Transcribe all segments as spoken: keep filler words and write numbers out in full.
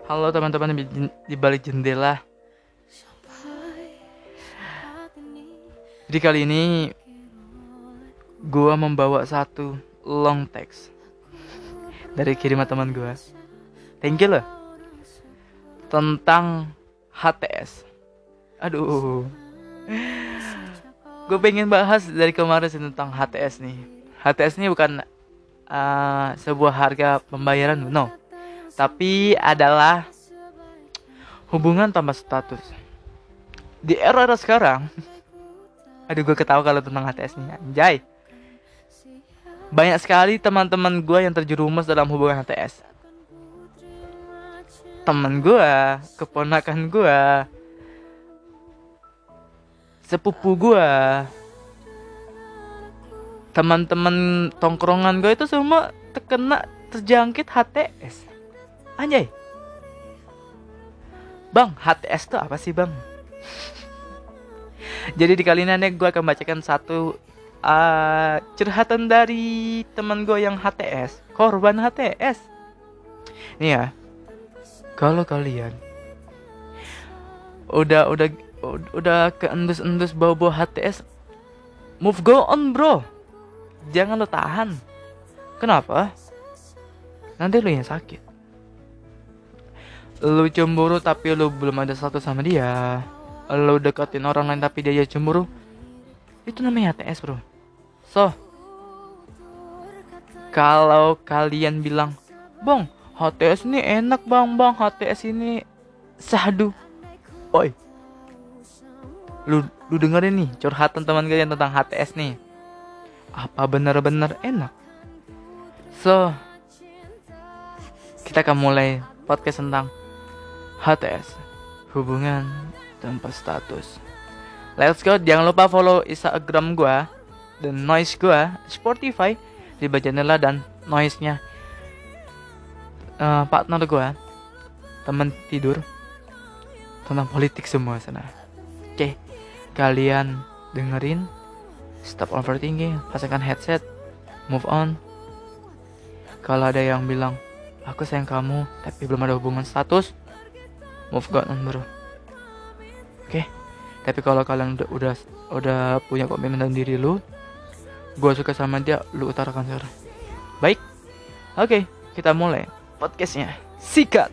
Halo teman-teman di, di balik jendela. Jadi kali ini gua membawa satu long text dari kiriman teman gua. Thank you loh. Tentang H T S. Aduh. Gue pengen bahas dari kemarin sih tentang H T S nih. H T S ini bukan uh, sebuah harga pembayaran, no. Tapi adalah hubungan tanpa status. Di era-era sekarang, aduh gue ketawa kalau tentang H T S nih, anjay. Banyak sekali teman-teman gue yang terjerumus dalam hubungan H T S. Temen gue, keponakan gue, sepupu gue, teman-teman tongkrongan gue itu semua terkena terjangkit H T S. Anjay. Bang, H T S itu apa sih bang? Jadi di kali ini gue akan bacakan satu uh, curhatan dari teman gue yang H T S, korban H T S. Nih ya, kalau kalian udah udah udah keendus-endus bau-bau H T S, move go on bro. Jangan lo tahan. Kenapa? Nanti lo yang sakit. Lo cemburu tapi lo belum ada status sama dia. Lo deketin orang lain tapi dia aja cemburu. Itu namanya H T S bro. So, kalau kalian bilang, bang, H T S ini enak bang, bang, H T S ini sahdu. Oi, lu lu dengerin nih curhatan teman kalian tentang H T S nih. Apa benar-benar enak? So, kita akan mulai podcast tentang H T S, hubungan tanpa status. Let's go. Jangan lupa follow Instagram gua dan noise gua, Spotify di Bajanela dan noise-nya uh, partner gua, teman tidur, tentang politik semua sana. Oke, kalian dengerin, stop overthinking, pasangkan headset, move on. Kalau ada yang bilang aku sayang kamu tapi belum ada hubungan status, move on bro. Oke, tapi kalau kalian udah udah, udah punya komitmen dalam diri lu, gue suka sama dia, lu utarakan sekarang. Baik, oke, kita mulai podcastnya. Sikat.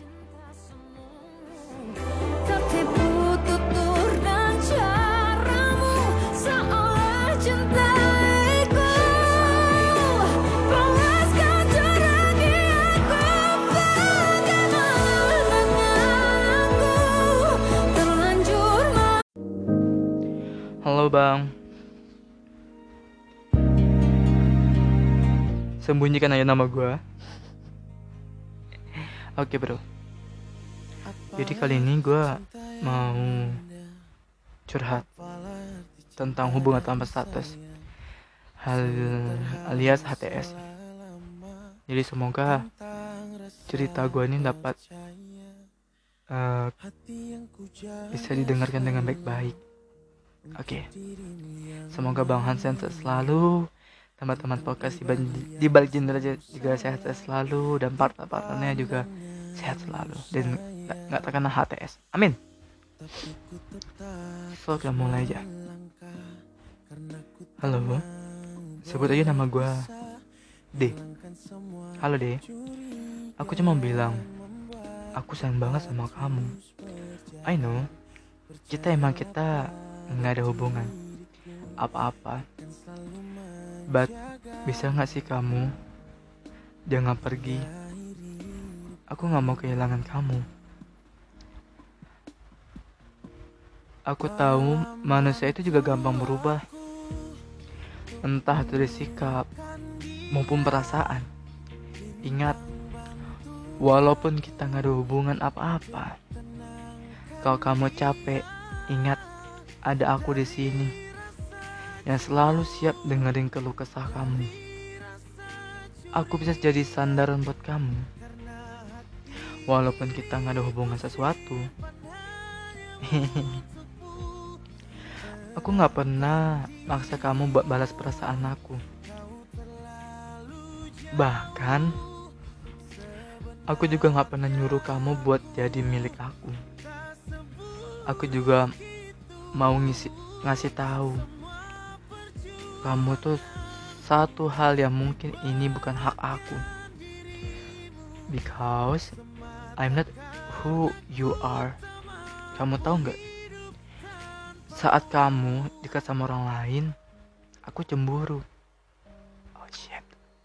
Halo bang. Sembunyikan aja nama gue. Oke bro. Jadi kali ini gue mau curhat tentang hubungan tanpa status, hal alias H T S. Jadi semoga cerita gue ini dapat uh, bisa didengarkan dengan baik-baik. Oke, okay. Semoga Bang Hansen selalu, teman-teman podcast di, di balik jendela juga sehat selalu, dan partner-partnernya juga sehat selalu dan nggak terkena H T S. Amin. So kita mulai aja. Halo, sebut aja nama gue D. Halo D. Aku cuma bilang aku sayang banget sama kamu. I know, kita emang kita nggak ada hubungan apa-apa, but bisa nggak sih kamu jangan pergi? Aku nggak mau kehilangan kamu. Aku tahu manusia itu juga gampang berubah, entah dari sikap maupun perasaan. Ingat, walaupun kita nggak ada hubungan apa-apa, kalau kamu capek, ingat ada aku di sini yang selalu siap dengerin keluh kesah kamu. Aku bisa jadi sandaran buat kamu, walaupun kita nggak ada hubungan sesuatu. Aku nggak pernah maksa kamu buat balas perasaan aku. Bahkan Aku juga gak pernah nyuruh kamu buat jadi milik aku. Aku juga mau ngisi, ngasih tahu kamu tuh satu hal yang mungkin ini bukan hak aku. Because I'm not who you are. Kamu tahu nggak? Saat kamu dekat sama orang lain, aku cemburu. Oh shit.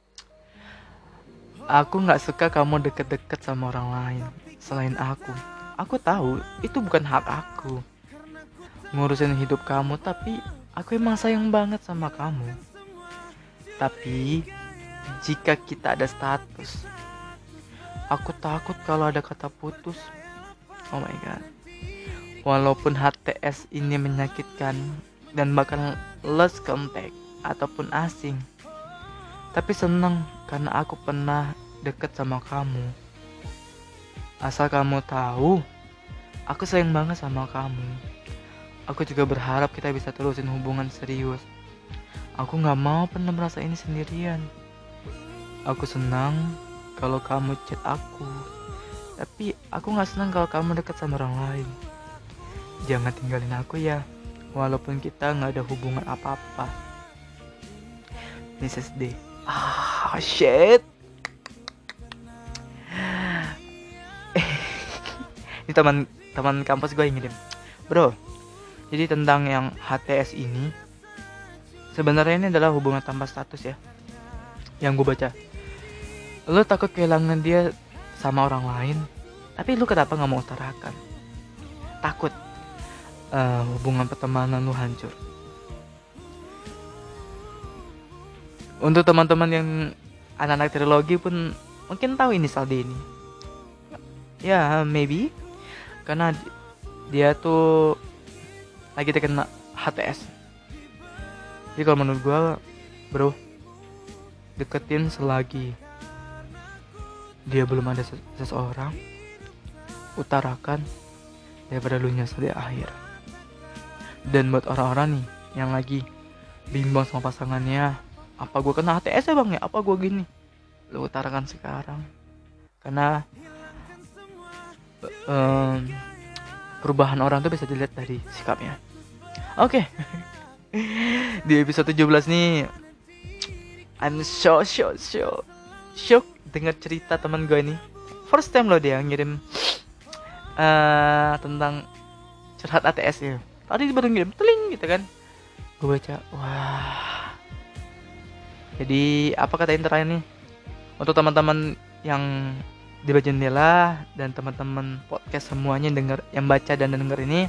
Aku nggak suka kamu deket-deket sama orang lain selain aku. Aku tahu itu bukan hak aku ngurusin hidup kamu, tapi aku emang sayang banget sama kamu. Tapi jika kita ada status, aku takut kalau ada kata putus. Oh my god. Walaupun H T S ini menyakitkan dan bakal lost contact ataupun asing, tapi seneng karena aku pernah deket sama kamu. Asal kamu tahu, aku sayang banget sama kamu. Aku juga berharap kita bisa terusin hubungan serius. Aku gak mau pernah merasa ini sendirian. Aku senang kalau kamu chat aku, tapi aku gak senang kalau kamu deket sama orang lain. Jangan tinggalin aku ya, walaupun kita gak ada hubungan apa-apa. Missus D. Ah, shit. Ini teman teman kampus gue yang ngirim. Bro, jadi tentang yang H T S ini, sebenarnya ini adalah hubungan tanpa status ya, yang gue baca. Lo takut kehilangan dia sama orang lain, tapi lo kenapa gak mau utarakan? Takut uh, hubungan pertemanan lo hancur. Untuk teman-teman yang anak-anak teologi pun mungkin tahu ini Saldi ini. Ya, maybe karena dia tuh lagi terkena H T S. Jadi kalau menurut gue, bro, deketin selagi dia belum ada seseorang, utarakan daripada lu nyesel di akhir. Dan buat orang-orang nih yang lagi bimbang sama pasangannya, apa gue kena H T S ya bang ya, apa gue gini, lu utarakan sekarang. Karena um, perubahan orang tuh bisa dilihat dari sikapnya. Oke. Okay. Di episode tujuh belas nih, I'm so so so shock dengar cerita teman gue ini. First time loh dia ngirim uh, tentang curhat A T S ya. Tadi baru ngirim teling gitu kan. Gue baca, wah. Jadi apa kata terakhir nih? Untuk teman-teman yang di bawah jendela dan teman-teman podcast semuanya denger, yang baca dan denger ini,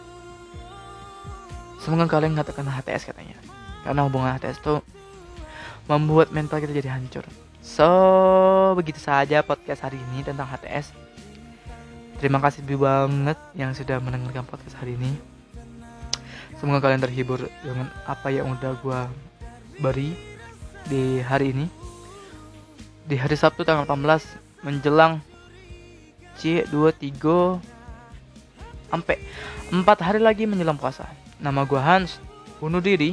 semoga kalian gak terkena H T S katanya. Karena hubungan H T S itu membuat mental kita jadi hancur. So, begitu saja podcast hari ini tentang H T S. Terima kasih banget yang sudah mendengarkan podcast hari ini. Semoga kalian terhibur dengan apa yang udah gue beri di hari ini. Di hari Sabtu tanggal delapan belas menjelang C dua puluh tiga sampai empat hari lagi menjelang puasa. Nama gue Hans, bunuh diri.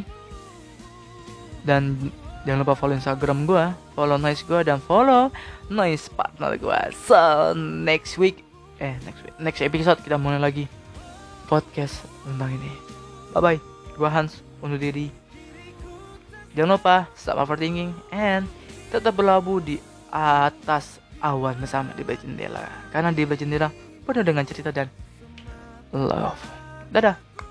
Dan jangan lupa follow Instagram gue, follow Noise gue, dan follow Noise partner gue. So next week, eh next week, next episode kita mulai lagi podcast tentang ini. Bye bye, gue Hans, bunuh diri. Jangan lupa stop overthinking and tetap berlabuh di atas awan bersama di bawah jendela. Karena di bawah jendela penuh dengan cerita dan love. Dadah.